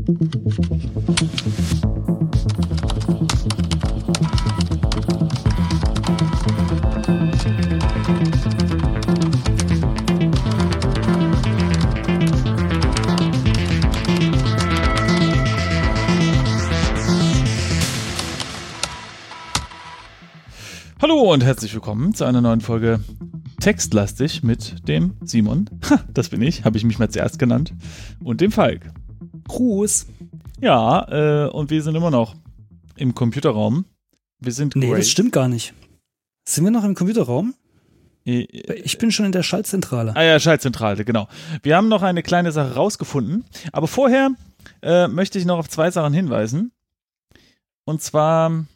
Hallo und herzlich willkommen zu einer neuen Folge Textlastig mit dem Simon. Das bin ich, habe ich mich mal zuerst genannt. Und dem Falk. Gruß. Ja, und wir sind immer noch im Computerraum. Wir sind Nee, great. das stimmt gar nicht. Sind wir noch im Computerraum? Ich bin schon in der Schaltzentrale. Ah ja, Schaltzentrale, genau. Wir haben noch eine kleine Sache rausgefunden. Aber vorher möchte ich noch auf zwei Sachen hinweisen. Und zwar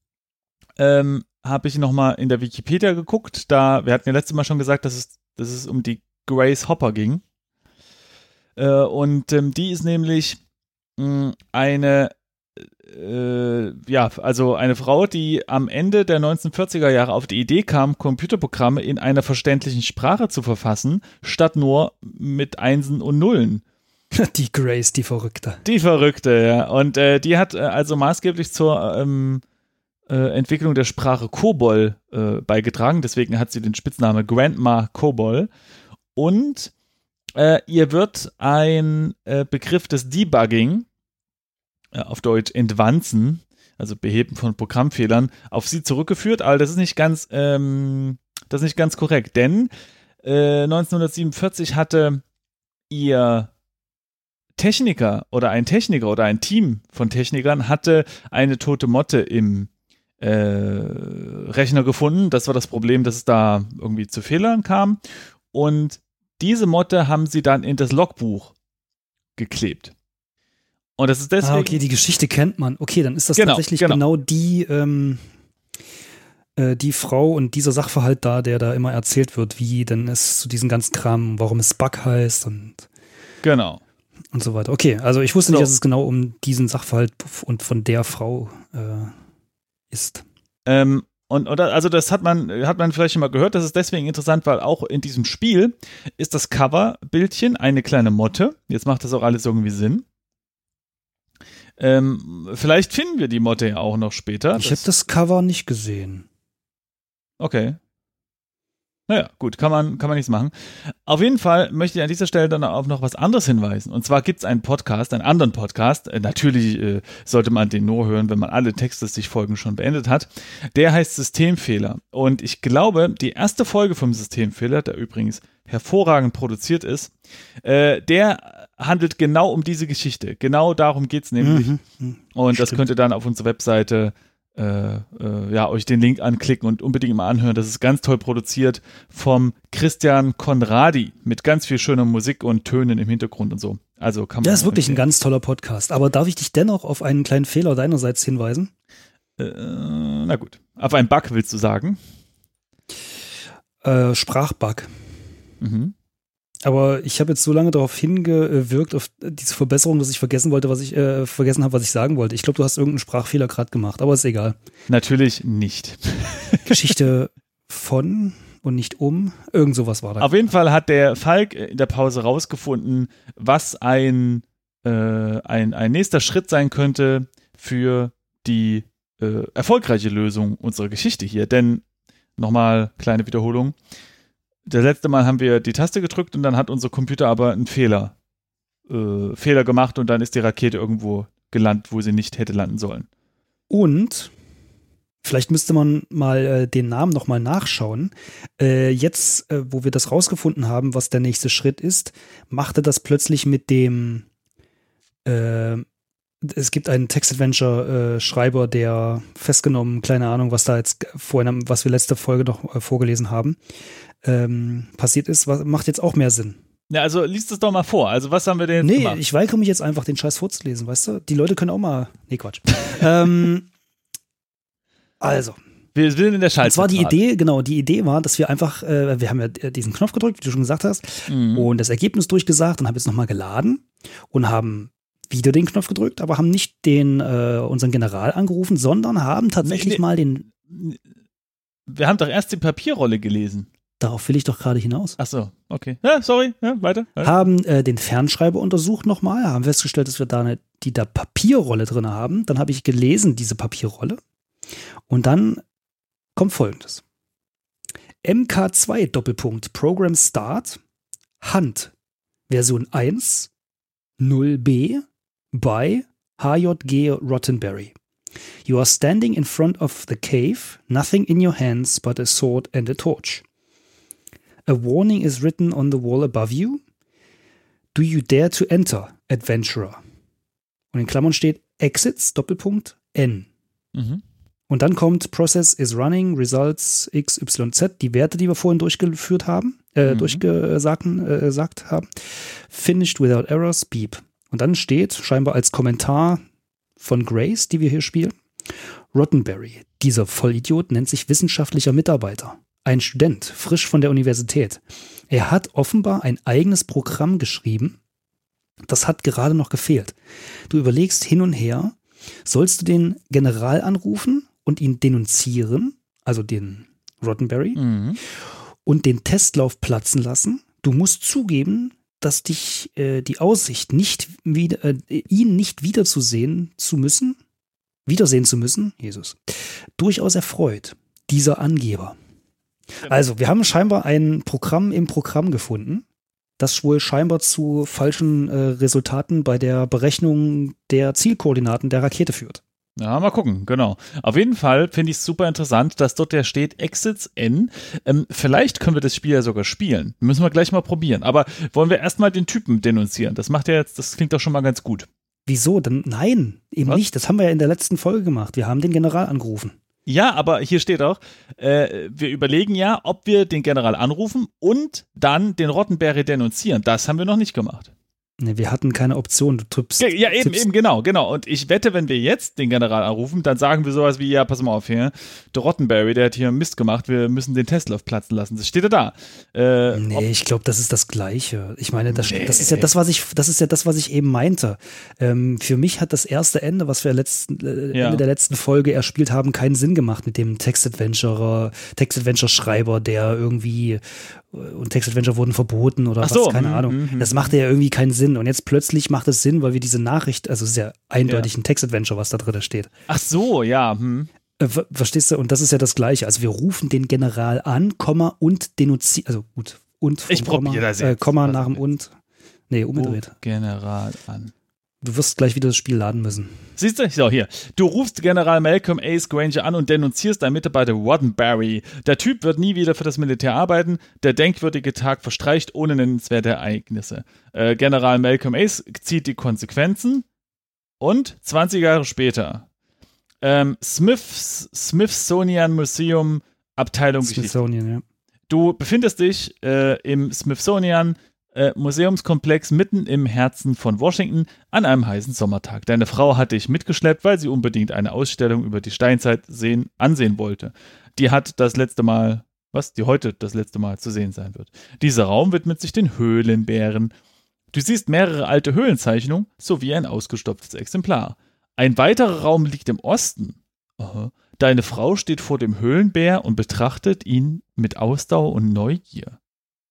habe ich nochmal in der Wikipedia geguckt. Wir hatten ja letztes Mal schon gesagt, dass es um die Grace Hopper ging. Und die ist nämlich eine Frau, die am Ende der 1940er Jahre auf die Idee kam, Computerprogramme in einer verständlichen Sprache zu verfassen, statt nur mit Einsen und Nullen. Die Grace, die Verrückte. Die Verrückte, ja. Und die hat also maßgeblich zur Entwicklung der Sprache COBOL beigetragen. Deswegen hat sie den Spitznamen Grandma COBOL. Und ihr wird ein Begriff des Debugging, auf Deutsch Entwanzen, also Beheben von Programmfehlern, auf sie zurückgeführt. Aber das ist nicht ganz korrekt, denn 1947 hatte ihr Techniker oder ein Team von Technikern hatte eine tote Motte im Rechner gefunden. Das war das Problem, dass es da irgendwie zu Fehlern kam. Und diese Motte haben sie dann in das Logbuch geklebt. Und das ist deswegen. Ah, okay, die Geschichte kennt man. Okay, dann ist das tatsächlich genau die Frau und dieser Sachverhalt da, der da immer erzählt wird, wie denn es zu diesem ganzen Kram, warum es Bug heißt und so weiter. Okay, also ich wusste nicht, dass es genau um diesen Sachverhalt und von der Frau ist. Also das hat man vielleicht schon mal gehört, das ist deswegen interessant, weil auch in diesem Spiel ist das Coverbildchen eine kleine Motte. Jetzt macht das auch alles irgendwie Sinn. Vielleicht finden wir die Motte ja auch noch später. Ich habe das Cover nicht gesehen. Okay. Naja, gut, kann man nichts machen. Auf jeden Fall möchte ich an dieser Stelle dann auf noch was anderes hinweisen. Und zwar gibt es einen anderen Podcast. Natürlich sollte man den nur hören, wenn man alle Textlastig-Folgen schon beendet hat. Der heißt Systemfehler. Und ich glaube, die erste Folge vom Systemfehler, der übrigens hervorragend produziert ist, der handelt genau um diese Geschichte. Genau darum geht es nämlich. Und das könnt ihr dann auf unserer Webseite euch den Link anklicken und unbedingt mal anhören. Das ist ganz toll produziert vom Christian Conradi mit ganz viel schöner Musik und Tönen im Hintergrund und so. Also kann man. Das ist wirklich ein ganz toller Podcast. Aber darf ich dich dennoch auf einen kleinen Fehler deinerseits hinweisen? Na gut. Auf einen Bug willst du sagen? Sprachbug. Mhm. Aber ich habe jetzt so lange darauf hingewirkt, auf diese Verbesserung, dass ich vergessen habe, was ich sagen wollte. Ich glaube, du hast irgendeinen Sprachfehler gerade gemacht, aber ist egal. Natürlich nicht. Geschichte von und nicht um. Irgend sowas war da. Auf jeden Fall hat der Falk in der Pause rausgefunden, was ein nächster Schritt sein könnte für die erfolgreiche Lösung unserer Geschichte hier. Denn, nochmal kleine Wiederholung, das letzte Mal haben wir die Taste gedrückt und dann hat unser Computer aber einen Fehler gemacht und dann ist die Rakete irgendwo gelandet, wo sie nicht hätte landen sollen. Und vielleicht müsste man mal den Namen nochmal nachschauen. Jetzt, wo wir das rausgefunden haben, was der nächste Schritt ist, machte das plötzlich mit dem es gibt einen Text-Adventure-Schreiber, der festgenommen, keine Ahnung, was da jetzt was wir letzte Folge noch vorgelesen haben, passiert ist, macht jetzt auch mehr Sinn. Ja, also liest es doch mal vor. Also was haben wir denn jetzt gemacht? Nee, ich weigere mich jetzt einfach, den Scheiß vorzulesen, weißt du? Die Leute können auch mal. Nee, Quatsch. Also. Wir sind in der Schaltzentrale. Das war die Idee war, dass wir einfach, wir haben ja diesen Knopf gedrückt, wie du schon gesagt hast, und das Ergebnis durchgesagt und haben jetzt nochmal geladen und haben wieder den Knopf gedrückt, aber haben nicht unseren General angerufen, sondern haben tatsächlich mal den. Wir haben doch erst die Papierrolle gelesen. Darauf will ich doch gerade hinaus. Ach so, okay. Ja, sorry, ja, weiter. Haben den Fernschreiber untersucht nochmal, haben festgestellt, dass wir da die da Papierrolle drin haben. Dann habe ich gelesen, diese Papierrolle. Und dann kommt Folgendes. MK2 Doppelpunkt Program Start Hand Version 1 0b by HJG Rottenberry. You are standing in front of the cave, nothing in your hands but a sword and a torch. A warning is written on the wall above you. Do you dare to enter, adventurer? Und in Klammern steht Exits Doppelpunkt N. Mhm. Und dann kommt Process is running, Results X, Y, Z, die Werte, die wir vorhin durchgeführt haben, durchgesagt haben. Finished without errors, beep. Und dann steht scheinbar als Kommentar von Grace, die wir hier spielen, Rottenberry, dieser Vollidiot nennt sich wissenschaftlicher Mitarbeiter. Ein Student, frisch von der Universität. Er hat offenbar ein eigenes Programm geschrieben. Das hat gerade noch gefehlt. Du überlegst hin und her, sollst du den General anrufen und ihn denunzieren, also den Rottenberry, und den Testlauf platzen lassen? Du musst zugeben, dass dich die Aussicht, ihn nicht wiedersehen zu müssen, Jesus, durchaus erfreut. Dieser Angeber. Also, wir haben scheinbar ein Programm im Programm gefunden, das wohl scheinbar zu falschen Resultaten bei der Berechnung der Zielkoordinaten der Rakete führt. Ja, mal gucken, genau. Auf jeden Fall finde ich es super interessant, dass dort der steht Exits N. Vielleicht können wir das Spiel ja sogar spielen. Müssen wir gleich mal probieren. Aber wollen wir erstmal den Typen denunzieren? Das klingt doch schon mal ganz gut. Wieso? Denn nein, eben nicht. Das haben wir ja in der letzten Folge gemacht. Wir haben den General angerufen. Ja, aber hier steht auch, wir überlegen ja, ob wir den General anrufen und dann den Rottenberry denunzieren. Das haben wir noch nicht gemacht. Ne, wir hatten keine Option. Du tippst. Ja, eben, genau. Und ich wette, wenn wir jetzt den General anrufen, dann sagen wir sowas wie, ja, pass mal auf hier, der Rottenberry, der hat hier Mist gemacht, wir müssen den Testlauf platzen lassen. Das steht ja da. Ich glaube, das ist das Gleiche. Ich meine, das ist ja das, was ich eben meinte. Für mich hat das erste Ende, was wir Ende der letzten Folge erspielt haben, keinen Sinn gemacht mit dem Text-Adventure-Schreiber, der irgendwie und Text-Adventure wurden verboten oder was, keine Ahnung. Das machte ja irgendwie keinen Sinn. Und jetzt plötzlich macht es Sinn, weil wir diese Nachricht, also es ist ja eindeutig ein Text-Adventure, was da drin steht. Ach so, ja. Verstehst du? Und das ist ja das Gleiche. Also wir rufen den General an, und denunzieren, also gut, und ich probiere das jetzt. Komma nach dem und. Nee, umgedreht. General an. Du wirst gleich wieder das Spiel laden müssen. Siehst du? So, hier. Du rufst General Malcolm Ace Granger an und denunzierst deinen Mitarbeiter Roddenberry. Der Typ wird nie wieder für das Militär arbeiten. Der denkwürdige Tag verstreicht ohne nennenswerte Ereignisse. General Malcolm Ace zieht die Konsequenzen und 20 Jahre später Smithsonian Museum, Abteilung Smithsonian, Geschichte. ja. Du befindest dich im Smithsonian Museumskomplex mitten im Herzen von Washington an einem heißen Sommertag. Deine Frau hat dich mitgeschleppt, weil sie unbedingt eine Ausstellung über die Steinzeit ansehen wollte. Die heute das letzte Mal zu sehen sein wird. Dieser Raum widmet sich den Höhlenbären. Du siehst mehrere alte Höhlenzeichnungen sowie ein ausgestopftes Exemplar. Ein weiterer Raum liegt im Osten. Aha. Deine Frau steht vor dem Höhlenbär und betrachtet ihn mit Ausdauer und Neugier.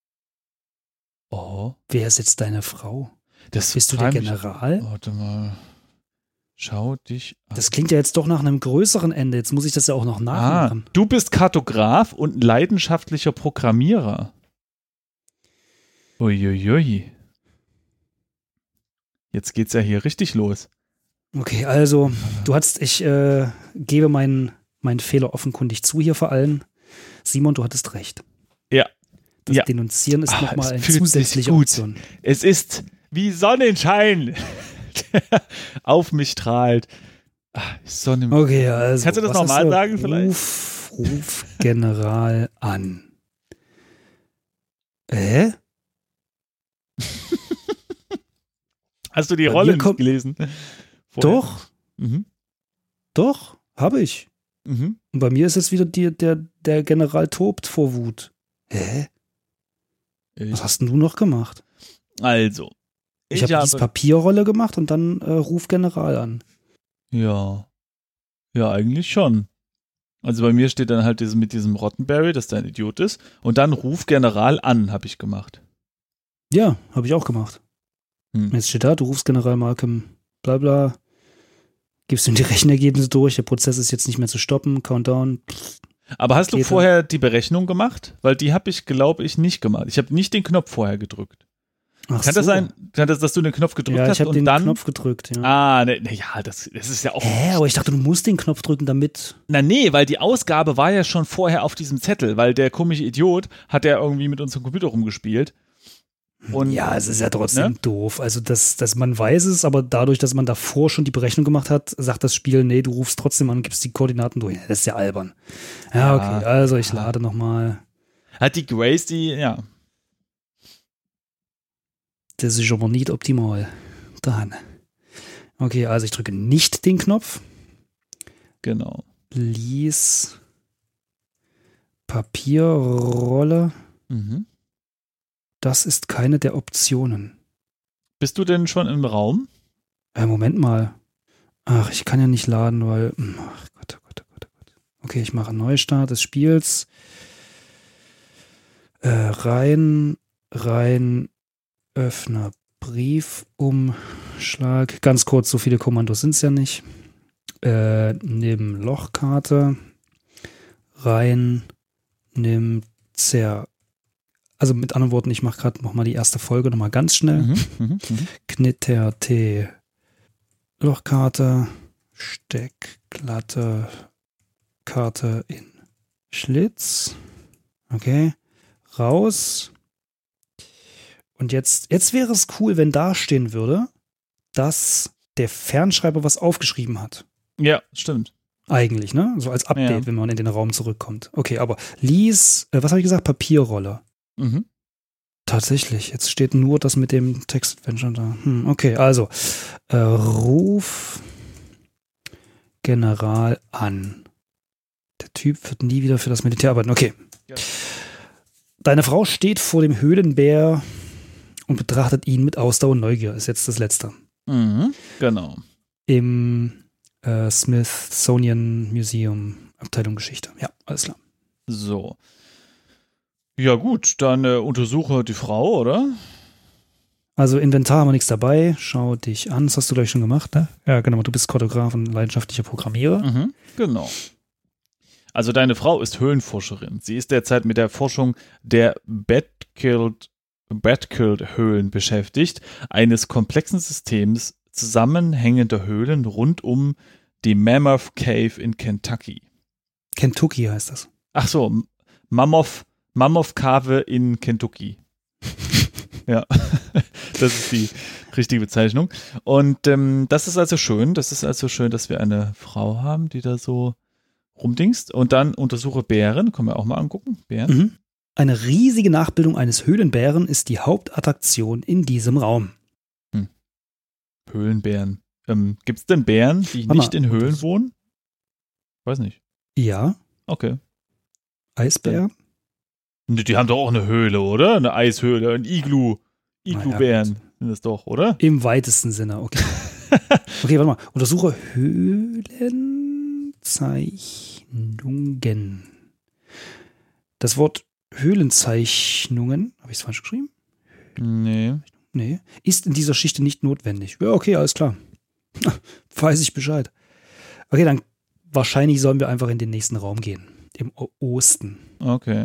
Oh. Wer ist jetzt deine Frau? Bist du der General? Warte mal. Schau dich an. Das klingt ja jetzt doch nach einem größeren Ende. Jetzt muss ich das ja auch noch nachmachen. Du bist Kartograf und leidenschaftlicher Programmierer. Uiuiui. Jetzt geht's ja hier richtig los. Okay, also ich gebe meinen Fehler offenkundig zu hier vor allem. Simon, du hattest recht. Ja. Das Denunzieren ist nochmal eine zusätzliche Option. Es ist wie Sonnenschein, der auf mich strahlt. Okay, also. Kannst du das nochmal sagen vielleicht? Ruf General an. Hast du die Rolle nicht gelesen? Doch. Doch, habe ich. Und bei mir ist jetzt wieder der General tobt vor Wut. Was hast denn du noch gemacht? Also. Ich habe die Papierrolle gemacht und dann ruf General an. Ja. Ja, eigentlich schon. Also bei mir steht dann halt mit diesem Rottenberry, dass der ein Idiot ist. Und dann ruf General an, habe ich gemacht. Ja, habe ich auch gemacht. Jetzt steht da, du rufst General Malcolm bla bla. Gibst du ihm die Rechenergebnisse durch, der Prozess ist jetzt nicht mehr zu stoppen, Countdown. Aber hast du vorher die Berechnung gemacht? Weil die habe ich, glaube ich, nicht gemacht. Ich habe nicht den Knopf vorher gedrückt. Ach Kann das sein, dass du den Knopf gedrückt hast ich habe und den dann Knopf gedrückt, ja. Ah, ja, das ist ja auch. Aber ich dachte, du musst den Knopf drücken, damit. Nee, weil die Ausgabe war ja schon vorher auf diesem Zettel, weil der komische Idiot hat ja irgendwie mit unserem Computer rumgespielt. Und, ja, es ist ja trotzdem doof. Also, dass man weiß es, aber dadurch, dass man davor schon die Berechnung gemacht hat, sagt das Spiel, nee, du rufst trotzdem an und gibst die Koordinaten durch. Das ist ja albern. Ja, okay, also ich lade nochmal. Hat die Grace ja. Das ist aber nicht optimal. Dann. Okay, also ich drücke nicht den Knopf. Genau. Lies Papierrolle. Mhm. Das ist keine der Optionen. Bist du denn schon im Raum? Moment mal. Ach, ich kann ja nicht laden, weil. Ach Gott, oh Gott, oh Gott, oh Gott. Okay, ich mache einen Neustart des Spiels. Rein, Öffner, Briefumschlag. Ganz kurz, so viele Kommandos sind es ja nicht. Nimm Lochkarte. Rein, nimm Also mit anderen Worten, ich mache gerade nochmal die erste Folge nochmal ganz schnell. Knitter T. Lochkarte. Steckglatte. Karte in Schlitz. Okay. Raus. Und jetzt wäre es cool, wenn da stehen würde, dass der Fernschreiber was aufgeschrieben hat. Ja, stimmt. Eigentlich, ne? So als Update, wenn man in den Raum zurückkommt. Okay, aber lies, was habe ich gesagt? Papierrolle. Mhm. Tatsächlich, jetzt steht nur das mit dem Textadventure da. Okay, also ruf General an. Der Typ wird nie wieder für das Militär arbeiten. Okay. Ja. Deine Frau steht vor dem Höhlenbär und betrachtet ihn mit Ausdauer und Neugier. Ist jetzt das Letzte. Mhm, genau. Im Smithsonian Museum, Abteilung Geschichte. Ja, alles klar. So. Ja gut, dann untersuche die Frau, oder? Also Inventar haben wir nichts dabei. Schau dich an. Das hast du gleich schon gemacht, ne? Ja, genau. Du bist Kartograf und leidenschaftlicher Programmierer. Mhm, genau. Also deine Frau ist Höhlenforscherin. Sie ist derzeit mit der Forschung der Bat-Killed-Höhlen beschäftigt, eines komplexen Systems zusammenhängender Höhlen rund um die Mammoth Cave in Kentucky. Kentucky heißt das. Ach so, Mammoth Cave in Kentucky. Ja, das ist die richtige Bezeichnung. Und das ist also schön. Das ist also schön, dass wir eine Frau haben, die da so rumdingst. Und dann untersuche Bären. Können wir auch mal angucken. Bären. Mhm. Eine riesige Nachbildung eines Höhlenbären ist die Hauptattraktion in diesem Raum. Höhlenbären. Gibt es denn Bären, die nicht in Höhlen wohnen? Weiß nicht. Ja. Okay. Eisbär? Die haben doch auch eine Höhle, oder? Eine Eishöhle, ein Iglu. Iglu-Bären sind das doch, oder? Im weitesten Sinne, okay. Okay, warte mal. Untersuche Höhlenzeichnungen. Das Wort Höhlenzeichnungen, habe ich es falsch geschrieben? Nee, ist in dieser Schicht nicht notwendig. Ja, okay, alles klar. Weiß ich Bescheid. Okay, dann wahrscheinlich sollen wir einfach in den nächsten Raum gehen. Im Osten. Okay.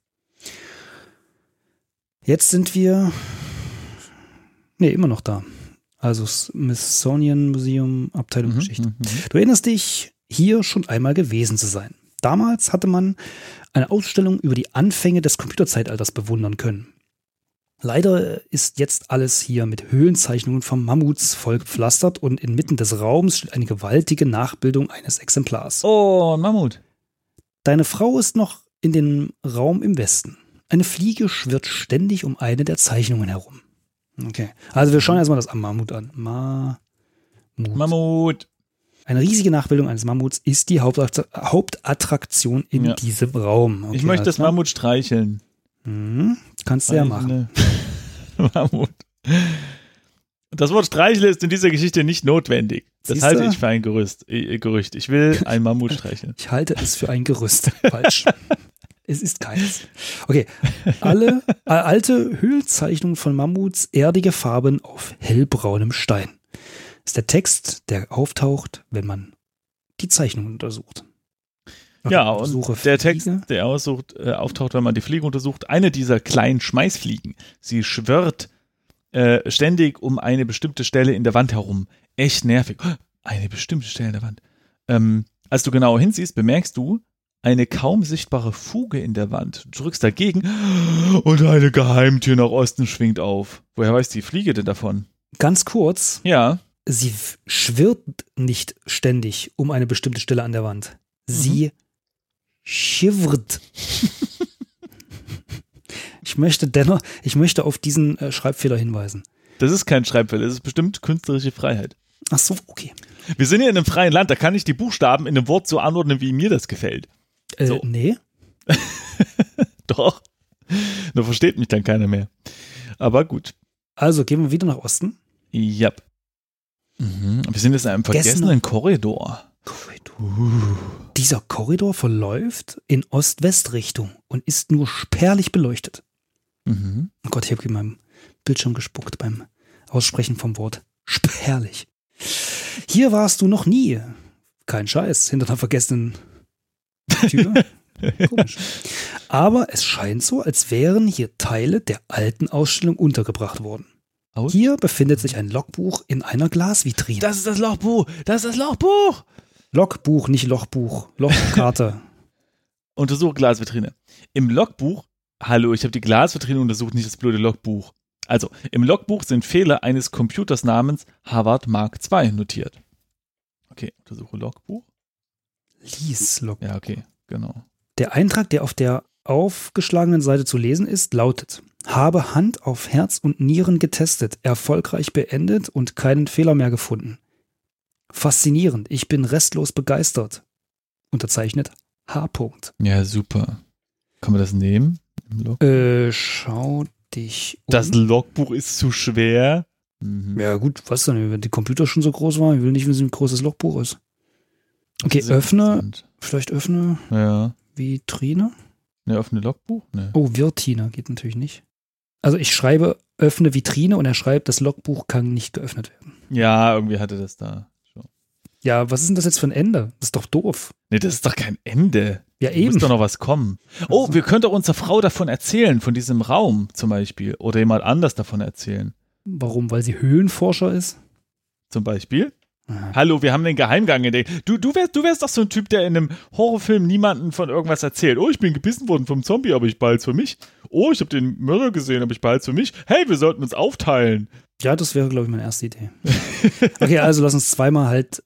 Jetzt sind wir immer noch da. Also Smithsonian Museum, Abteilung Geschichte. Du erinnerst dich, hier schon einmal gewesen zu sein. Damals hatte man eine Ausstellung über die Anfänge des Computerzeitalters bewundern können. Leider ist jetzt alles hier mit Höhlenzeichnungen von Mammuts vollgepflastert und inmitten des Raums steht eine gewaltige Nachbildung eines Exemplars. Oh, ein Mammut. Deine Frau ist noch in dem Raum im Westen. Eine Fliege schwirrt ständig um eine der Zeichnungen herum. Okay, also wir schauen erstmal das Mammut an. Mammut. Eine riesige Nachbildung eines Mammuts ist die Hauptattraktion in diesem Raum. Okay, ich möchte das Mammut streicheln. Kannst du ja machen. Mammut. Das Wort streicheln ist in dieser Geschichte nicht notwendig. Das halte ich für ein Gerücht. Ich will ein Mammut streicheln. Ich halte es für ein Gerücht. Falsch. Es ist keins. Okay. Alte Höhlenzeichnungen von Mammuts, erdige Farben auf hellbraunem Stein. Das ist der Text, der auftaucht, wenn man die Zeichnung untersucht. Ja, und der Text, der auftaucht, wenn man die Fliege untersucht, eine dieser kleinen Schmeißfliegen, sie schwirrt ständig um eine bestimmte Stelle in der Wand herum. Echt nervig. Eine bestimmte Stelle in der Wand. Als du genauer hinsiehst, bemerkst du eine kaum sichtbare Fuge in der Wand. Du drückst dagegen und eine Geheimtür nach Osten schwingt auf. Woher weiß die Fliege denn davon? Ganz kurz. Ja. Sie schwirrt nicht ständig um eine bestimmte Stelle an der Wand. Sie schwirrt. Ich möchte auf diesen Schreibfehler hinweisen. Das ist kein Schreibfehler, das ist bestimmt künstlerische Freiheit. Ach so, okay. Wir sind hier in einem freien Land, da kann ich die Buchstaben in einem Wort so anordnen, wie mir das gefällt. So. Nee. Doch. Nur versteht mich dann keiner mehr. Aber gut. Also gehen wir wieder nach Osten. Ja. Wir sind jetzt in einem vergessenen Korridor. Dieser Korridor verläuft in Ost-West-Richtung und ist nur spärlich beleuchtet. Oh Gott, ich habe in meinem Bildschirm gespuckt beim Aussprechen vom Wort spärlich. Hier warst du noch nie. Kein Scheiß, hinter einer vergessenen Tür. Komisch. Aber es scheint so, als wären hier Teile der alten Ausstellung untergebracht worden. Hier befindet sich ein Logbuch in einer Glasvitrine. Das ist das Logbuch! Das ist das Logbuch! Logbuch, nicht Lochbuch. Lochkarte. Untersuche Glasvitrine. Im Logbuch, hallo, ich habe die Glasvitrine untersucht, nicht das blöde Logbuch. Also, im Logbuch sind Fehler eines Computers namens Harvard Mark II notiert. Okay, untersuche Logbuch. Lies Logbuch. Ja, okay, genau. Der Eintrag, der auf der aufgeschlagenen Seite zu lesen ist, lautet: Habe Hand auf Herz und Nieren getestet, erfolgreich beendet und keinen Fehler mehr gefunden. Faszinierend, ich bin restlos begeistert. Unterzeichnet H. Ja, super. Kann man das nehmen? Schau dich um. Das Logbuch ist zu schwer. Ja gut, was dann, wenn die Computer schon so groß waren, ich will nicht wissen, wie groß das Logbuch ist. Okay, öffne, vielleicht öffne Vitrine. Ne, öffne Logbuch? Nee. Oh, Vitrine geht natürlich nicht. Also ich schreibe, öffne Vitrine und er schreibt, das Logbuch kann nicht geöffnet werden. Ja, irgendwie hatte das da. Ja, was ist denn das jetzt für ein Ende? Das ist doch doof. Nee, das ist doch kein Ende. Ja, eben. Muss doch noch was kommen. Oh, wir können doch unserer Frau davon erzählen, von diesem Raum zum Beispiel. Oder jemand anders davon erzählen. Warum? Weil sie Höhlenforscher ist? Zum Beispiel? Hallo, wir haben den Geheimgang entdeckt. Du wärst doch so ein Typ, der in einem Horrorfilm niemandem von irgendwas erzählt. Oh, ich bin gebissen worden vom Zombie, aber ich behalte es für mich. Oh, ich habe den Mörder gesehen, aber ich behalte es für mich. Hey, wir sollten uns aufteilen. Ja, das wäre, glaube ich, meine erste Idee. Okay, also lass uns zweimal halt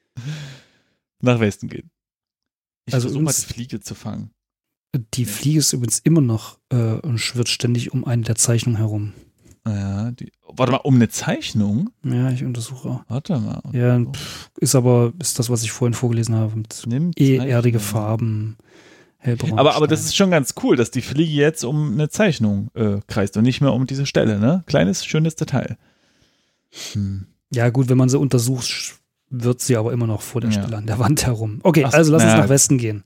nach Westen gehen. Ich also versuche mal, die Fliege zu fangen. Die Fliege ist übrigens immer noch und schwirrt ständig um eine der Zeichnungen herum. Ja, warte mal, um eine Zeichnung? Ja, ich untersuche auch. Warte mal. Ja, ist das, was ich vorhin vorgelesen habe. Mit erdige Farben, hellbraun. Aber das ist schon ganz cool, dass die Fliege jetzt um eine Zeichnung kreist und nicht mehr um diese Stelle, ne? Kleines, schönes Detail. Ja, gut, wenn man sie untersucht, wird sie aber immer noch vor der Stelle an der Wand herum. Okay, also lass uns nach Westen gehen.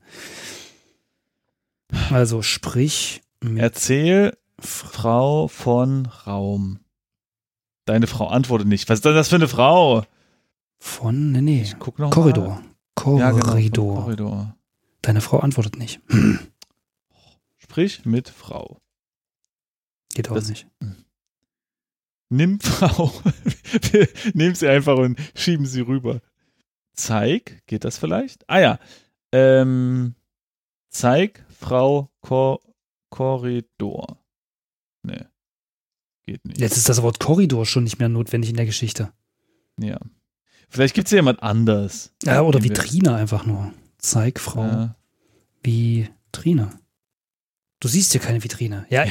Also sprich mit Erzähl Frau von Raum. Deine Frau antwortet nicht. Was ist denn das für eine Frau? Nee. Ich guck noch Korridor. Mal. Korridor. Ja, genau, Korridor. Deine Frau antwortet nicht. Sprich mit Frau. Geht auch nicht. Nimm Frau. Wir nehmen sie einfach und schieben sie rüber. Zeig. Geht das vielleicht? Ah ja. Zeig Frau Korridor. Nee. Geht nicht. Jetzt ist das Wort Korridor schon nicht mehr notwendig in der Geschichte. Ja. Vielleicht gibt es ja jemand anders. Ja, oder Vitrine einfach nur. Zeig Frau Vitrine. Du siehst hier keine Vitrine. Ja.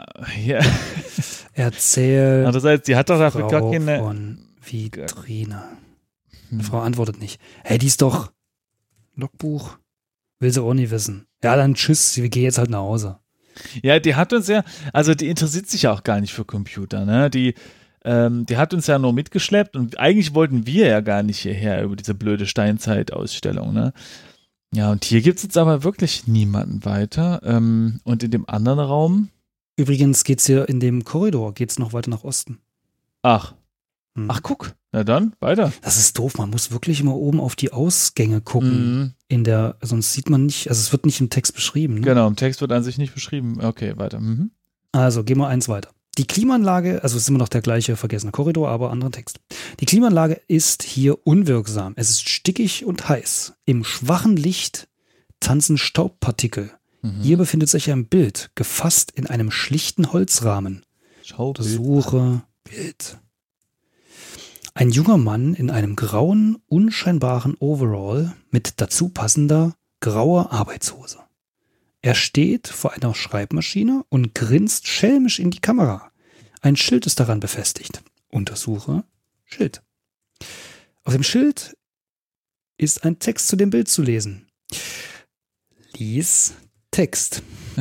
Erzähl. Andererseits, die hat doch dafür gar keine. Von Vitrine. Die Frau antwortet nicht. Hey, die ist doch Logbuch. Will sie auch nie wissen. Ja, dann tschüss, wir gehen jetzt halt nach Hause. Ja, die hat uns die interessiert sich ja auch gar nicht für Computer, ne? Die hat uns ja nur mitgeschleppt und eigentlich wollten wir ja gar nicht hierher über diese blöde Steinzeit-Ausstellung, ne? Ja, und hier gibt es jetzt aber wirklich niemanden weiter. Und in dem anderen Raum? Übrigens geht's hier in dem Korridor, geht's noch weiter nach Osten. Ach, guck. Na dann, weiter. Das ist doof, man muss wirklich immer oben auf die Ausgänge gucken. Sonst sieht man nicht, also es wird nicht im Text beschrieben. Ne? Genau, im Text wird an sich nicht beschrieben. Okay, weiter. Also gehen wir eins weiter. Die Klimaanlage, also es ist immer noch der gleiche vergessene Korridor, aber anderer Text. Die Klimaanlage ist hier unwirksam. Es ist stickig und heiß. Im schwachen Licht tanzen Staubpartikel. Hier befindet sich ein Bild, gefasst in einem schlichten Holzrahmen. Suche Bild. Ein junger Mann in einem grauen, unscheinbaren Overall mit dazu passender grauer Arbeitshose. Er steht vor einer Schreibmaschine und grinst schelmisch in die Kamera. Ein Schild ist daran befestigt. Untersuche Schild. Auf dem Schild ist ein Text zu dem Bild zu lesen. Lies Text.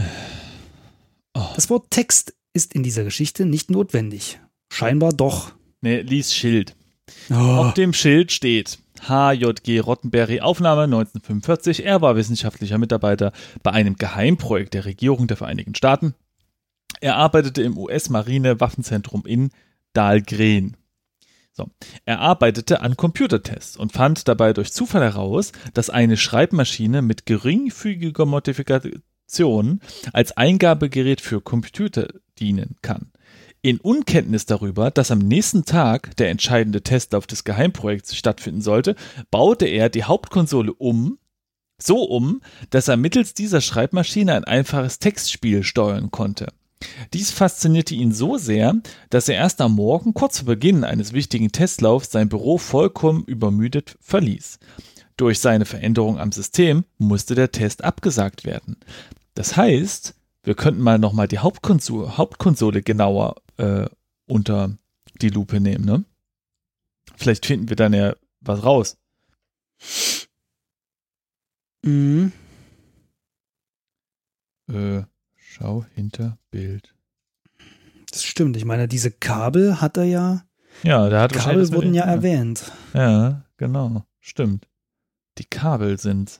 Das Wort Text ist in dieser Geschichte nicht notwendig. Scheinbar doch. Nee, lies Schild. Auf dem Schild steht H.J.G. Roddenberry, Aufnahme 1945. Er war wissenschaftlicher Mitarbeiter bei einem Geheimprojekt der Regierung der Vereinigten Staaten. Er arbeitete im US-Marine-Waffenzentrum in Dahlgren. Er arbeitete an Computertests und fand dabei durch Zufall heraus, dass eine Schreibmaschine mit geringfügiger Modifikation als Eingabegerät für Computer dienen kann. In Unkenntnis darüber, dass am nächsten Tag der entscheidende Testlauf des Geheimprojekts stattfinden sollte, baute er die Hauptkonsole so um, dass er mittels dieser Schreibmaschine ein einfaches Textspiel steuern konnte. Dies faszinierte ihn so sehr, dass er erst am Morgen, kurz vor Beginn eines wichtigen Testlaufs, sein Büro vollkommen übermüdet verließ. Durch seine Veränderung am System musste der Test abgesagt werden. Das heißt, wir könnten mal nochmal die Hauptkonsole genauer unter die Lupe nehmen, ne? Vielleicht finden wir dann ja was raus. Schau hinter Bild. Das stimmt. Ich meine, diese Kabel hat er ja. Ja, der hat Kabel wurden ja erwähnt. Ja, genau. Stimmt. Die Kabel sind.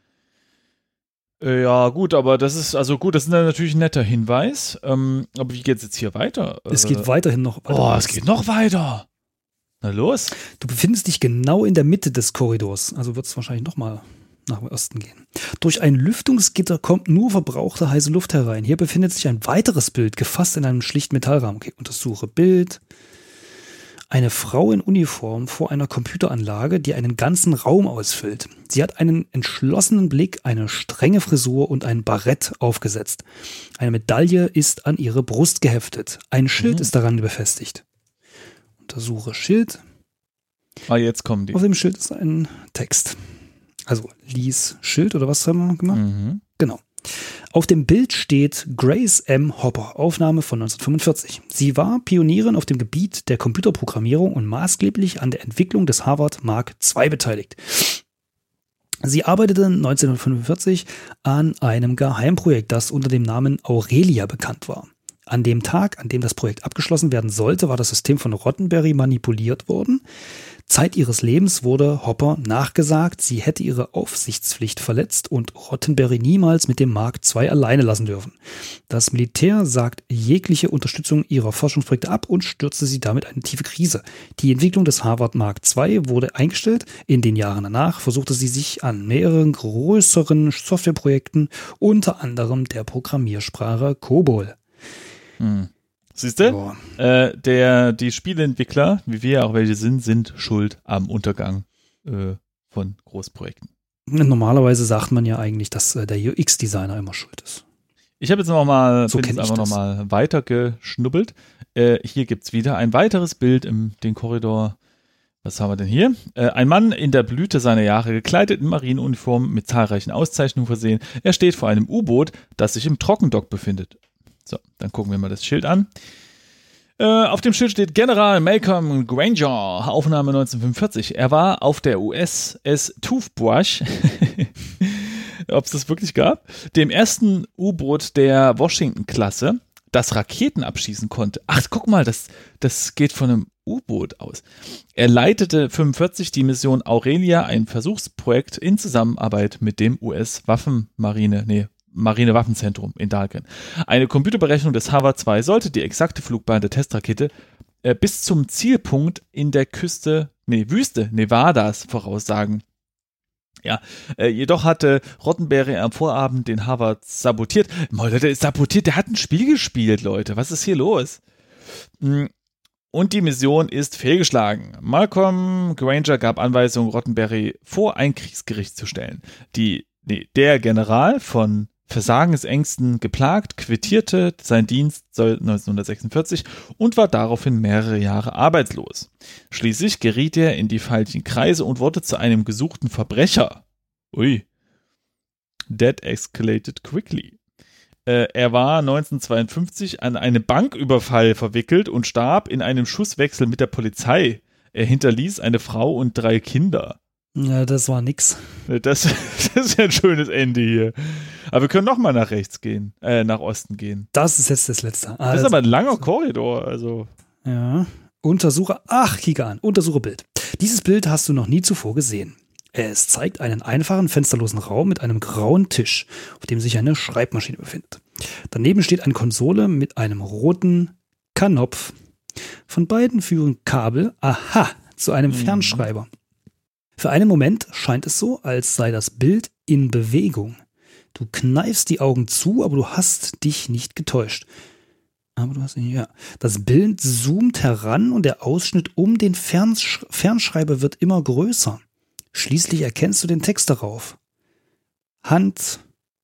Ja, gut, aber das ist dann natürlich ein netter Hinweis. Aber wie geht's jetzt hier weiter? Es geht weiterhin noch weiter. Oh, es geht noch weiter. Na los. Du befindest dich genau in der Mitte des Korridors. Also wird es wahrscheinlich nochmal nach dem Osten gehen. Durch ein Lüftungsgitter kommt nur verbrauchte heiße Luft herein. Hier befindet sich ein weiteres Bild, gefasst in einem schlichten Metallrahmen. Okay, untersuche Bild. Eine Frau in Uniform vor einer Computeranlage, die einen ganzen Raum ausfüllt. Sie hat einen entschlossenen Blick, eine strenge Frisur und ein Barett aufgesetzt. Eine Medaille ist an ihre Brust geheftet. Ein Schild ist daran befestigt. Untersuche Schild. Jetzt kommen die. Auf dem Schild ist ein Text. Also lies Schild oder was haben wir gemacht? Genau. Auf dem Bild steht Grace M. Hopper, Aufnahme von 1945. Sie war Pionierin auf dem Gebiet der Computerprogrammierung und maßgeblich an der Entwicklung des Harvard Mark II beteiligt. Sie arbeitete 1945 an einem Geheimprojekt, das unter dem Namen Aurelia bekannt war. An dem Tag, an dem das Projekt abgeschlossen werden sollte, war das System von Roddenberry manipuliert worden. Zeit ihres Lebens wurde Hopper nachgesagt, sie hätte ihre Aufsichtspflicht verletzt und Roddenberry niemals mit dem Mark II alleine lassen dürfen. Das Militär sagt jegliche Unterstützung ihrer Forschungsprojekte ab und stürzte sie damit in eine tiefe Krise. Die Entwicklung des Harvard Mark II wurde eingestellt. In den Jahren danach versuchte sie sich an mehreren größeren Softwareprojekten, unter anderem der Programmiersprache COBOL. Siehst du? Die Spieleentwickler, wie wir auch welche sind schuld am Untergang von Großprojekten. Normalerweise sagt man ja eigentlich, dass der UX-Designer immer schuld ist. Ich habe jetzt noch mal weiter geschnubbelt. Hier gibt es wieder ein weiteres Bild in den Korridor. Was haben wir denn hier? Ein Mann in der Blüte seiner Jahre, gekleidet in Marineuniform, mit zahlreichen Auszeichnungen versehen. Er steht vor einem U-Boot, das sich im Trockendock befindet. So, dann gucken wir mal das Schild an. Auf dem Schild steht General Malcolm Granger, Aufnahme 1945. Er war auf der USS Toothbrush, ob es das wirklich gab, dem ersten U-Boot der Washington-Klasse, das Raketen abschießen konnte. Ach, guck mal, das geht von einem U-Boot aus. Er leitete 1945 die Aurelia, ein Versuchsprojekt in Zusammenarbeit mit dem Marinewaffenzentrum in Dahlgren. Eine Computerberechnung des Harvard II sollte die exakte Flugbahn der Testrakete bis zum Zielpunkt in der Wüste Nevadas voraussagen. Ja, jedoch hatte Roddenberry am Vorabend den Harvard sabotiert. Der hat ein Spiel gespielt, Leute. Was ist hier los? Und die Mission ist fehlgeschlagen. Malcolm Granger gab Anweisungen, Roddenberry vor ein Kriegsgericht zu stellen. Der General, von Versagensängsten geplagt, quittierte seinen Dienst 1946 und war daraufhin mehrere Jahre arbeitslos. Schließlich geriet er in die falschen Kreise und wurde zu einem gesuchten Verbrecher. Ui. That escalated quickly. Er war 1952 an einen Banküberfall verwickelt und starb in einem Schusswechsel mit der Polizei. Er hinterließ eine Frau und 3 Kinder. Ja, das war nix. Das ist ja ein schönes Ende hier. Aber wir können noch mal nach rechts gehen, nach Osten gehen. Das ist jetzt das Letzte. Das ist aber ein langer Korridor, also. Ja. Kicke an. Untersucherbild. Dieses Bild hast du noch nie zuvor gesehen. Es zeigt einen einfachen, fensterlosen Raum mit einem grauen Tisch, auf dem sich eine Schreibmaschine befindet. Daneben steht eine Konsole mit einem roten Knopf. Von beiden führen Kabel, zu einem Fernschreiber. Für einen Moment scheint es so, als sei das Bild in Bewegung. Du kneifst die Augen zu, aber du hast dich nicht getäuscht. Das Bild zoomt heran und der Ausschnitt um den Fernschreiber wird immer größer. Schließlich erkennst du den Text darauf. Hand,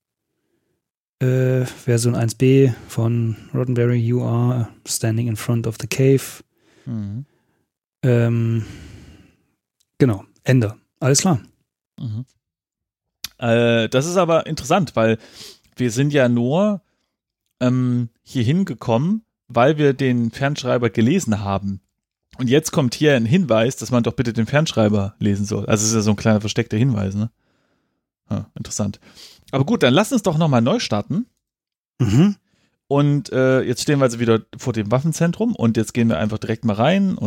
Version 1b von Roddenberry, you are standing in front of the cave. Genau, Ende. Alles klar. Das ist aber interessant, weil wir sind ja nur hier hingekommen, weil wir den Fernschreiber gelesen haben. Und jetzt kommt hier ein Hinweis, dass man doch bitte den Fernschreiber lesen soll. Also es ist ja so ein kleiner versteckter Hinweis, ne? Interessant. Aber gut, dann lass uns doch nochmal neu starten. Und jetzt stehen wir also wieder vor dem Waffenzentrum und jetzt gehen wir einfach direkt mal rein,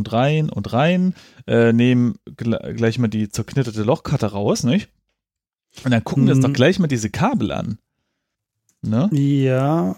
nehmen gleich mal die zerknitterte Lochkarte raus, nicht? Und dann gucken wir uns doch gleich mal diese Kabel an. Ne? Ja,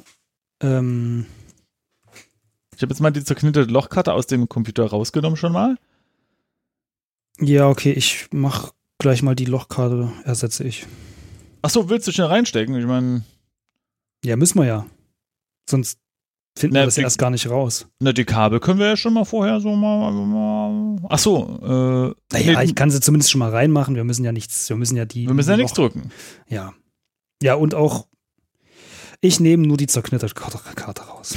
Ich habe jetzt mal die zerknitterte Lochkarte aus dem Computer rausgenommen schon mal. Ja, okay, ich mach gleich mal die Lochkarte, ersetze ich. Achso, willst du schnell reinstecken? Ich meine. Ja, müssen wir ja. Sonst finden wir das erst gar nicht raus. Na, die Kabel können wir ja schon mal vorher so mal. Achso, naja, ich kann sie zumindest schon mal reinmachen. Wir müssen ja nichts drücken. Ja. Ja, und auch, ich nehme nur die zerknitterte Karte raus.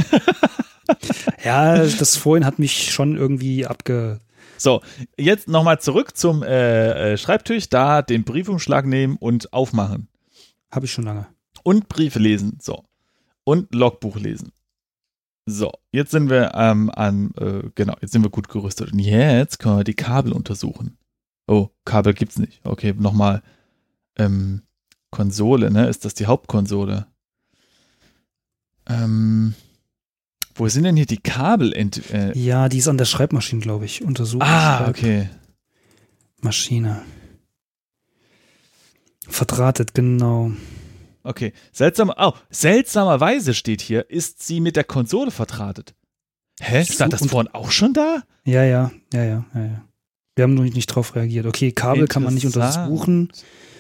Ja, das vorhin hat mich schon irgendwie So, jetzt nochmal zurück zum Schreibtisch, da den Briefumschlag nehmen und aufmachen. Habe ich schon lange. Und Briefe lesen, so. Und Logbuch lesen. So, jetzt sind wir jetzt sind wir gut gerüstet. Und jetzt können wir die Kabel untersuchen. Oh, Kabel gibt's nicht. Okay, nochmal. Konsole, ne? Ist das die Hauptkonsole? Wo sind denn hier die Kabel? Ja, die ist an der Schreibmaschine, glaube ich. Untersuchen. Okay. Maschine. Verdrahtet, genau. Okay. Seltsamerweise steht hier, ist sie mit der Konsole verdrahtet. Hä? Stand das vorhin auch schon da? Ja. Wir haben noch nicht drauf reagiert. Okay, Kabel kann man nicht untersuchen.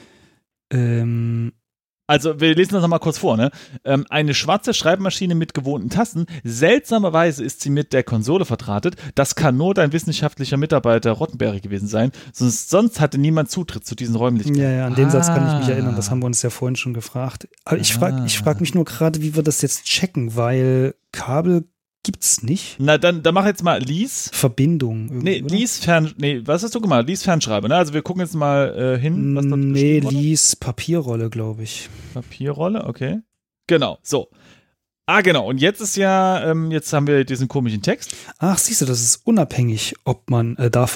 Also, wir lesen das nochmal kurz vor, ne? Eine schwarze Schreibmaschine mit gewohnten Tasten. Seltsamerweise ist sie mit der Konsole verdrahtet. Das kann nur dein wissenschaftlicher Mitarbeiter Roddenberry gewesen sein. Sonst hatte niemand Zutritt zu diesen Räumlichkeiten. Ja, an den Satz kann ich mich erinnern. Das haben wir uns ja vorhin schon gefragt. Aber ich frag mich nur gerade, wie wir das jetzt checken, weil Kabel gibt's nicht. Na, dann mach jetzt mal Lies. Verbindung. Was hast du gemacht? Lies Fernschreiber, ne? Also wir gucken jetzt mal hin, was da steht. Lies Papierrolle, glaube ich. Papierrolle, okay. Genau, so. Genau. Und jetzt ist ja, jetzt haben wir diesen komischen Text. Ach, siehst du, das ist unabhängig, ob man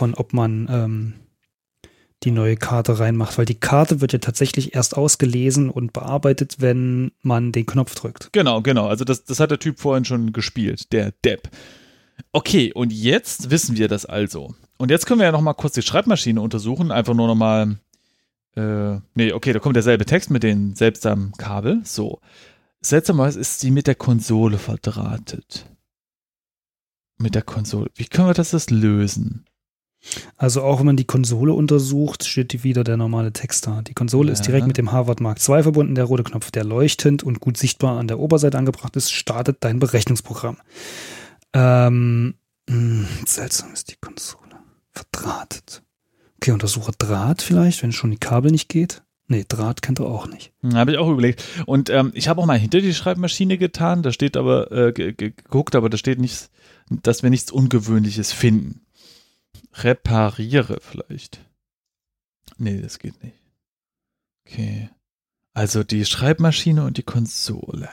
die neue Karte reinmacht, weil die Karte wird ja tatsächlich erst ausgelesen und bearbeitet, wenn man den Knopf drückt. Genau. Also das hat der Typ vorhin schon gespielt, der Depp. Okay, und jetzt wissen wir das also. Und jetzt können wir ja noch mal kurz die Schreibmaschine untersuchen, einfach nur noch mal da kommt derselbe Text mit den seltsamen Kabel. So. Seltsamerweise ist sie mit der Konsole verdrahtet. Mit der Konsole. Wie können wir das lösen? Also auch wenn man die Konsole untersucht, steht wieder der normale Text da. Die Konsole ist direkt mit dem Harvard Mark II verbunden. Der rote Knopf, der leuchtend und gut sichtbar an der Oberseite angebracht ist, startet dein Berechnungsprogramm. Seltsam ist die Konsole. Verdrahtet. Okay, untersuche Draht vielleicht, wenn schon die Kabel nicht geht. Nee, Draht kennt er auch nicht. Habe ich auch überlegt. Und ich habe auch mal hinter die Schreibmaschine getan, da steht aber, geguckt, aber da steht nichts, dass wir nichts Ungewöhnliches finden. Repariere vielleicht. Nee, das geht nicht. Okay. Also die Schreibmaschine und die Konsole.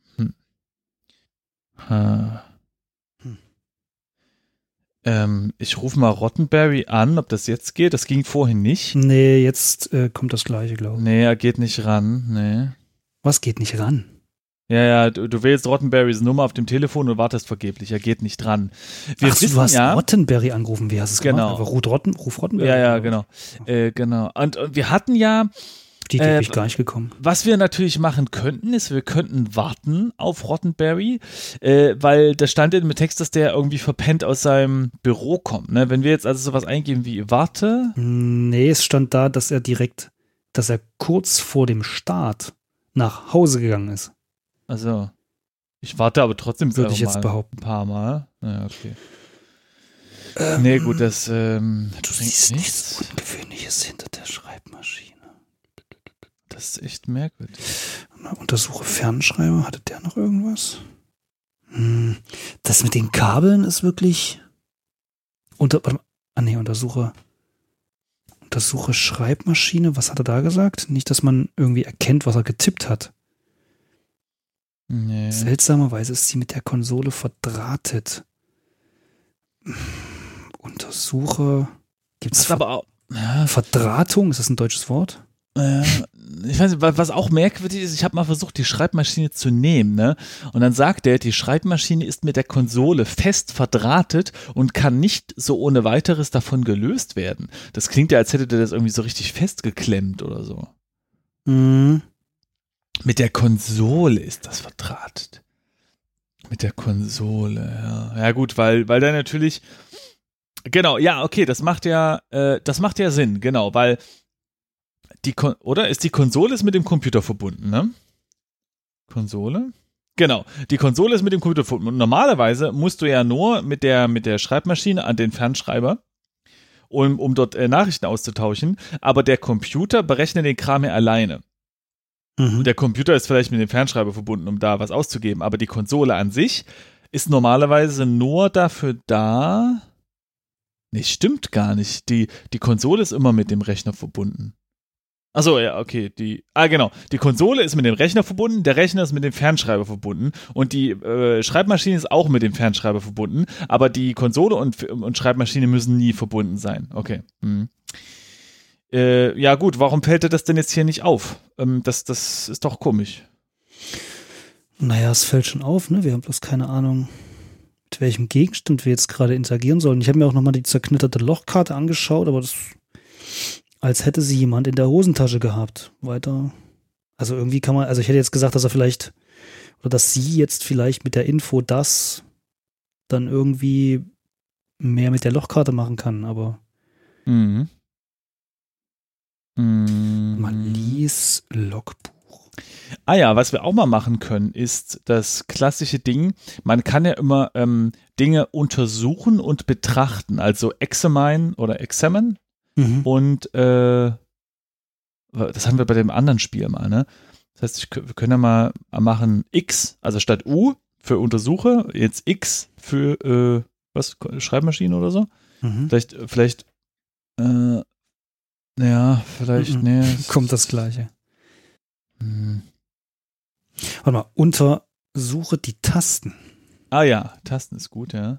Ich rufe mal Roddenberry an, ob das jetzt geht. Das ging vorhin nicht. Nee, jetzt kommt das Gleiche, glaube ich. Nee, er geht nicht ran. Nee. Was geht nicht ran? Ja, du wählst Roddenberrys Nummer auf dem Telefon und wartest vergeblich. Er geht nicht dran. Du hast Roddenberry angerufen. Wie hast du es gemacht? Einfach ruf Roddenberry. Ja, genau. Genau. Und wir hatten ja die bin ich gar nicht gekommen. Was wir natürlich machen könnten, ist, wir könnten warten auf Roddenberry, weil da stand in dem Text, dass der irgendwie verpennt aus seinem Büro kommt. Ne? Wenn wir jetzt also sowas eingeben wie warte. Nee, es stand da, dass er kurz vor dem Start nach Hause gegangen ist. Also, ich warte aber trotzdem würde ich jetzt behaupten. Ein paar Mal. Ja, okay. Nee, gut, das du siehst nichts Ungewöhnliches hinter der Schreibmaschine. Das ist echt merkwürdig. Untersuche Fernschreiber. Hatte der noch irgendwas? Das mit den Kabeln ist wirklich. Untersuche Schreibmaschine. Was hat er da gesagt? Nicht, dass man irgendwie erkennt, was er getippt hat. Nee. Seltsamerweise ist sie mit der Konsole verdrahtet. Untersuche. Gibt es aber auch. Ja. Verdrahtung? Ist das ein deutsches Wort? Ich weiß nicht, was auch merkwürdig ist, ich habe mal versucht, die Schreibmaschine zu nehmen, ne? Und dann sagt er, die Schreibmaschine ist mit der Konsole fest verdrahtet und kann nicht so ohne weiteres davon gelöst werden. Das klingt ja, als hätte der das irgendwie so richtig festgeklemmt oder so. Mhm. Mit der Konsole ist das verdrahtet. Mit der Konsole, ja. Ja gut, weil da natürlich, genau, ja, okay, das macht ja Sinn, genau, weil die Konsole ist mit dem Computer verbunden, ne? Konsole? Genau, die Konsole ist mit dem Computer verbunden. Und normalerweise musst du ja nur mit der Schreibmaschine an den Fernschreiber, um dort Nachrichten auszutauschen, aber der Computer berechnet den Kram ja alleine. Mhm. Und der Computer ist vielleicht mit dem Fernschreiber verbunden, um da was auszugeben, aber die Konsole an sich ist normalerweise nur dafür da. Nee, stimmt gar nicht. Die Konsole ist immer mit dem Rechner verbunden. Achso, ja, okay. Genau. Die Konsole ist mit dem Rechner verbunden, der Rechner ist mit dem Fernschreiber verbunden und die Schreibmaschine ist auch mit dem Fernschreiber verbunden, aber die Konsole und Schreibmaschine müssen nie verbunden sein. Okay. Ja gut, warum fällt dir das denn jetzt hier nicht auf? Das ist doch komisch. Naja, es fällt schon auf, ne? Wir haben bloß keine Ahnung, mit welchem Gegenstand wir jetzt gerade interagieren sollen. Ich habe mir auch nochmal die zerknitterte Lochkarte angeschaut, aber das als hätte sie jemand in der Hosentasche gehabt. Weiter. Also irgendwie kann man, also ich hätte jetzt gesagt, dass dass sie jetzt vielleicht mit der Info das dann irgendwie mehr mit der Lochkarte machen kann, aber man lies Logbuch. Ah ja, was wir auch mal machen können, ist das klassische Ding, man kann ja immer Dinge untersuchen und betrachten, also examine oder examine. Und das haben wir bei dem anderen Spiel mal, ne? Das heißt, wir können ja mal machen X, also statt U für Untersuche, jetzt X für Schreibmaschine oder so. Vielleicht nee. Kommt das Gleiche. Warte mal, untersuche die Tasten. Ah ja, Tasten ist gut, ja.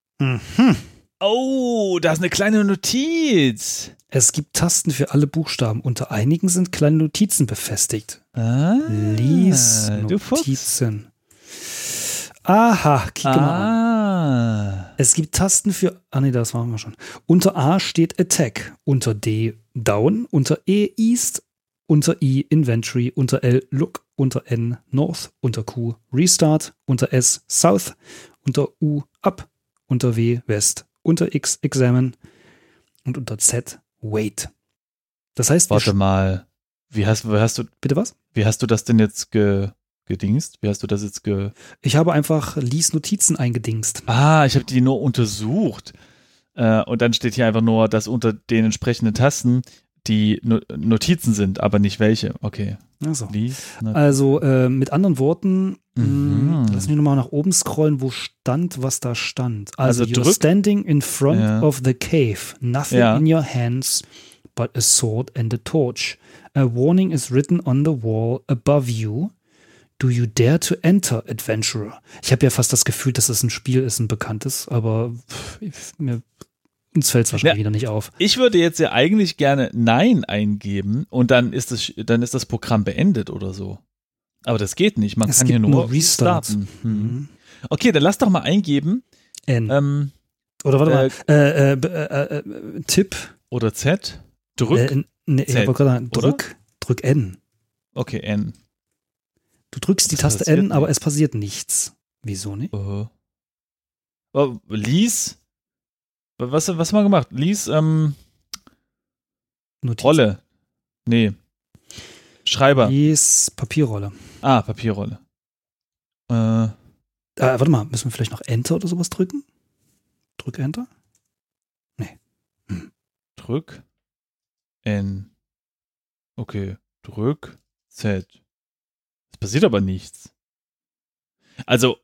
Oh, da ist eine kleine Notiz. Es gibt Tasten für alle Buchstaben. Unter einigen sind kleine Notizen befestigt. Lies Notizen. Aha, kick mal an. Es gibt Tasten für, das waren wir schon. Unter A steht Attack, unter D Down, unter E East, unter I Inventory, unter L Look, unter N North, unter Q Restart, unter S South, unter U Up, unter W West, unter X Examine und unter Z Wait. Das heißt, warte mal, wie hast du bitte was? Wie hast du das denn jetzt gedingst? Wie hast du das jetzt Ich habe einfach Lies Notizen eingedingst. ich habe die nur untersucht. Und dann steht hier einfach nur, dass unter den entsprechenden Tasten die Notizen sind, aber nicht welche. Okay. Also, mit anderen Worten, lass mich nochmal nach oben scrollen, wo stand, was da stand. Also you're standing in front of the cave. Nothing in your hands but a sword and a torch. A warning is written on the wall above you. Do you dare to enter, Adventurer? Ich habe ja fast das Gefühl, dass es ein Spiel ist, ein bekanntes, aber uns fällt es wahrscheinlich wieder nicht auf. Ich würde jetzt ja eigentlich gerne Nein eingeben und dann ist das Programm beendet oder so. Aber das geht nicht. Man kann hier nur restarten. Okay, dann lass doch mal eingeben. N. Oder warte mal. Tipp. Oder Z. Drück. Z, ich wollte gerade sagen, drück N. Okay, N. Du drückst die Taste N, aber es passiert nichts. Wieso nicht? Lies. Was haben wir gemacht? Lies, Notiz. Rolle. Nee. Schreiber. Lies Papierrolle. Papierrolle. Warte mal, müssen wir vielleicht noch Enter oder sowas drücken? Drück Enter? Nee. Drück N. Okay. Drück Z. Es passiert aber nichts. Also,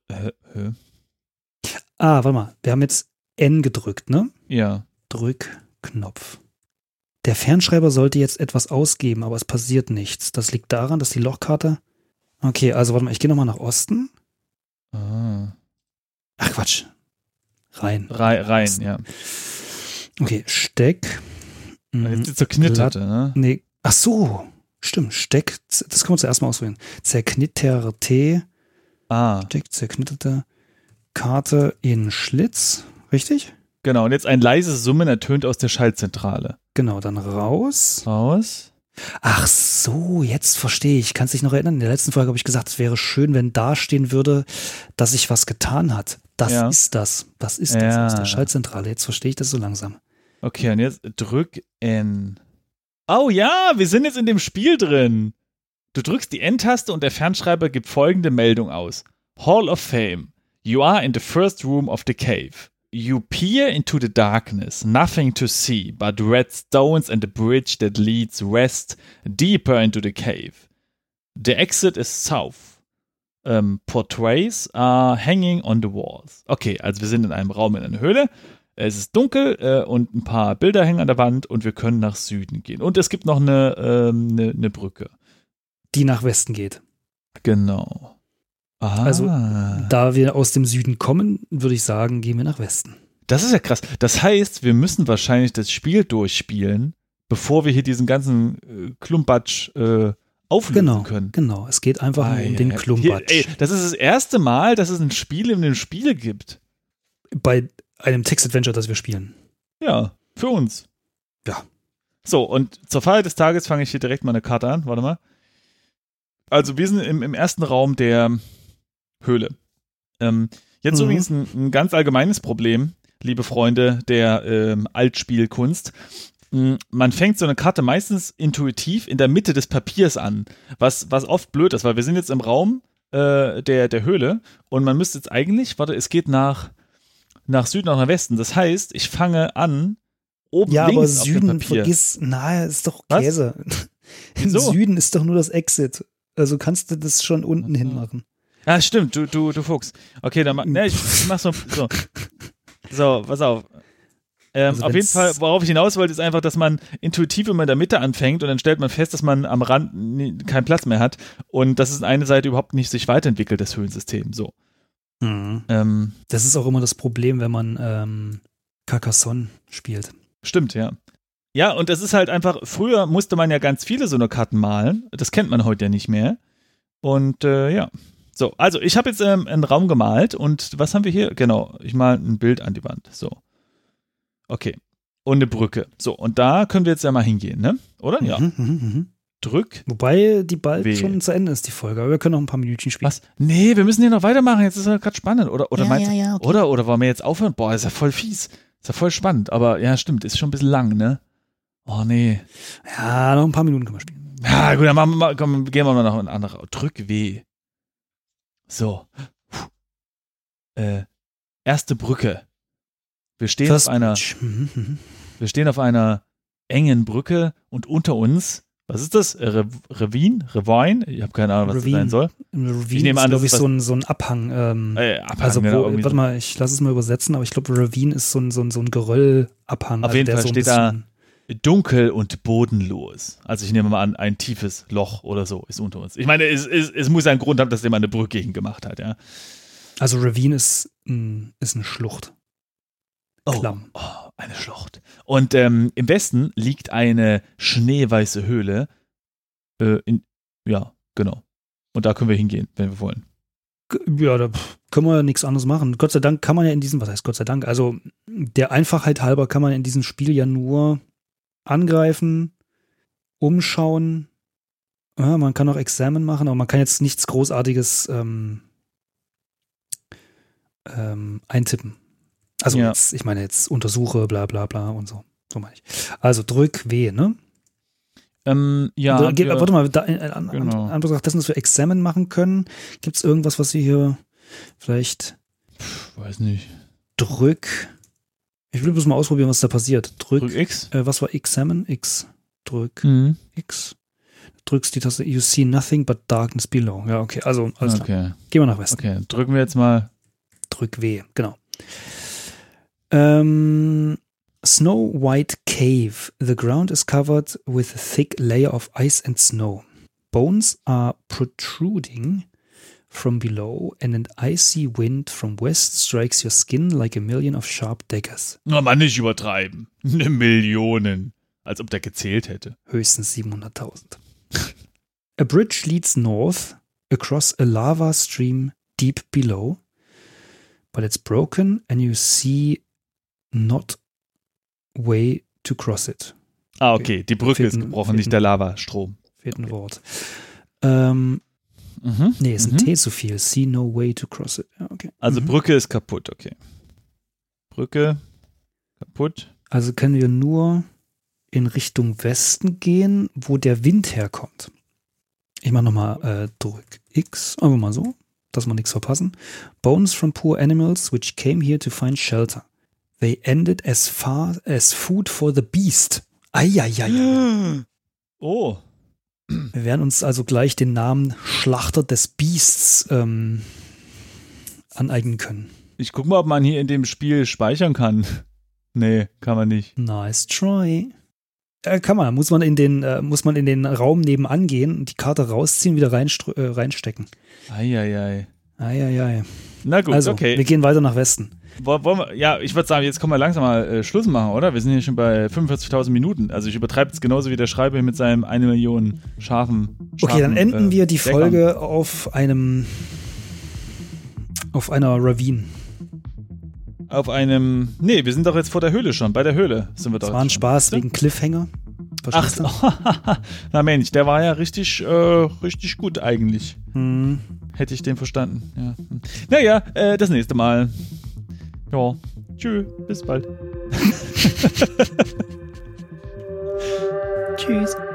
warte mal. Wir haben jetzt N gedrückt, ne? Ja. Drückknopf. Der Fernschreiber sollte jetzt etwas ausgeben, aber es passiert nichts. Das liegt daran, dass die Lochkarte... Okay, also warte mal, ich gehe nochmal nach Osten. Ach, Quatsch. Rein, ja. Okay, Steck. Jetzt ist zerknitterte, ne? Nee, ach so. Stimmt, Steck, das können wir zuerst mal auswählen. Zerknitterte. Steck, zerknitterte Karte in Schlitz. Richtig? Genau, und jetzt ein leises Summen ertönt aus der Schaltzentrale. Genau, dann raus. Ach so, jetzt verstehe ich. Kannst dich noch erinnern? In der letzten Folge habe ich gesagt, es wäre schön, wenn da stehen würde, dass sich was getan hat. Das ist das. Das ist das aus der Schaltzentrale. Jetzt verstehe ich das so langsam. Okay, und jetzt drück N. Oh ja, wir sind jetzt in dem Spiel drin. Du drückst die N-Taste und der Fernschreiber gibt folgende Meldung aus. Hall of Fame. You are in the first room of the cave. You peer into the darkness, nothing to see but red stones and a bridge that leads west, deeper into the cave. The exit is south. Portraits are hanging on the walls. Okay, also wir sind in einem Raum in einer Höhle. Es ist dunkel und ein paar Bilder hängen an der Wand und wir können nach Süden gehen. Und es gibt noch eine Brücke. Die nach Westen geht. Genau. Also, da wir aus dem Süden kommen, würde ich sagen, gehen wir nach Westen. Das ist ja krass. Das heißt, wir müssen wahrscheinlich das Spiel durchspielen, bevor wir hier diesen ganzen Klumpatsch auflösen können. Genau, es geht einfach um den Klumpatsch. Das ist das erste Mal, dass es ein Spiel in dem Spiel gibt. Bei einem Text-Adventure, das wir spielen. Ja, für uns. Ja. So, und zur Feier des Tages fange ich hier direkt mal eine Karte an. Warte mal. Also wir sind im ersten Raum der Höhle. Jetzt übrigens ein ganz allgemeines Problem, liebe Freunde der Altspielkunst. Man fängt so eine Karte meistens intuitiv in der Mitte des Papiers an, was oft blöd ist, weil wir sind jetzt im Raum der Höhle und man müsste jetzt eigentlich, es geht nach Süden, auch nach Westen. Das heißt, ich fange an, oben links aber auf Süden, dem Papier. Ist doch Käse. Im Süden ist doch nur das Exit. Also kannst du das schon unten hin machen. Ja, stimmt, du Fuchs. Okay, dann ich mach so. So, pass auf. Also auf jeden Fall, worauf ich hinaus wollte, ist einfach, dass man intuitiv immer in der Mitte anfängt und dann stellt man fest, dass man am Rand keinen Platz mehr hat und dass es eine Seite überhaupt nicht sich weiterentwickelt, das Höhlensystem. So. Das ist auch immer das Problem, wenn man Carcassonne spielt. Stimmt, ja. Ja, und das ist halt einfach, früher musste man ja ganz viele so eine Karten malen. Das kennt man heute ja nicht mehr. Und ja. So, also ich habe jetzt einen Raum gemalt und was haben wir hier? Genau, ich male ein Bild an die Wand. So. Okay. Und eine Brücke. So, und da können wir jetzt ja mal hingehen, ne? Oder? Ja. Drück. Wobei die bald W. schon zu Ende ist, die Folge. Aber wir können noch ein paar Minütchen spielen. Was? Nee, wir müssen hier noch weitermachen. Jetzt ist ja gerade spannend. Oder Ja, meinst du, ja, okay. oder wollen wir jetzt aufhören? Boah, ist ja voll fies. Ist ja voll spannend. Aber ja, stimmt, ist schon ein bisschen lang, ne? Oh, nee. Ja, noch ein paar Minuten können wir spielen. Ja, gut, dann machen wir mal, komm, gehen wir mal noch ein anderer. Drück W. So. Erste Brücke. Wir stehen First auf einer. Bridge. Wir stehen auf einer engen Brücke und unter uns, was ist das? Ravine? Ich habe keine Ahnung, was das sein soll. Ravine Ich nehme an, ist, glaube ich, das ist so ein Abhang. Abhang, Also, genau, warte mal, ich lasse es mal übersetzen, aber ich glaube, Ravine ist so ein Geröllabhang. Auf also jeden der Fall so ein steht da bisschen- dunkel und bodenlos. Also ich nehme mal an, ein tiefes Loch oder so ist unter uns. Ich meine, es muss einen Grund haben, dass jemand eine Brücke hingemacht hat, ja. Also Ravine ist eine Schlucht. Klamm. Oh, eine Schlucht. Und im Westen liegt eine schneeweiße Höhle. Ja, genau. Und da können wir hingehen, wenn wir wollen. Ja, da können wir ja nichts anderes machen. Gott sei Dank kann man ja in diesem, was heißt Gott sei Dank? Also der Einfachheit halber kann man in diesem Spiel ja nur angreifen, umschauen. Ja, man kann auch Examen machen, aber man kann jetzt nichts Großartiges eintippen. Also Ja. jetzt, ich meine jetzt untersuche, bla bla bla und so. So meine ich. Also drück W, ne? Ja. Warte mal, Genau. Anbetracht dessen, dass wir Examen machen können, gibt es irgendwas, was wir hier vielleicht Weiß nicht. drück. Ich will bloß mal ausprobieren, was da passiert. Drück X. Was war Examen? X. Drück X. Drückst die Taste, you see nothing but darkness below. Ja, okay, also alles klar. Okay. Gehen wir nach Westen. Okay, drücken wir jetzt mal. Drück W, genau. Snow White Cave. The ground is covered with a thick layer of ice and snow. Bones are protruding from below and an icy wind from west strikes your skin like a million of sharp daggers. Na, man, nicht übertreiben. 1 Million. Als ob der gezählt hätte. Höchstens 700.000. A bridge leads north across a lava stream deep below, but it's broken and you see not way to cross it. Ah, okay. Die Brücke ist gebrochen, nicht der Lavastrom. Fehlt ein Okay. Wort. Mhm. Nee, ist ein T zu viel. See no way to cross it. Ja, okay. Also Brücke ist kaputt, okay. Brücke kaputt. Also können wir nur in Richtung Westen gehen, wo der Wind herkommt. Ich mache nochmal drück X, einfach mal so, dass wir nichts verpassen. Bones from poor animals which came here to find shelter. They ended as far as food for the beast. Eieiei. Oh. Wir werden uns also gleich den Namen Schlachter des Beasts aneignen können. Ich guck mal, ob man hier in dem Spiel speichern kann. Nee, kann man nicht. Nice try. Kann man. Muss man in den Raum nebenan gehen und die Karte rausziehen, wieder reinstecken. Eieiei. Eieiei. Na gut, Also, okay. wir gehen weiter nach Westen. Wollen wir, ja, ich würde sagen, jetzt können wir langsam mal Schluss machen, oder? Wir sind hier schon bei 45.000 Minuten. Also ich übertreibe es genauso wie der Schreiber mit seinem 1 Million scharfen Okay, dann enden wir die Deckern. Folge auf einer Ravine. Nee, wir sind doch jetzt vor der Höhle schon. Bei der Höhle sind wir doch. Das war ein jetzt schon. Spaß wegen Cliffhanger. Ach, Verstehst du? na Mensch, der war ja richtig gut eigentlich. Hätte ich den verstanden. Ja. Naja, das nächste Mal. Ja, tschüss, bis bald. Tschüss.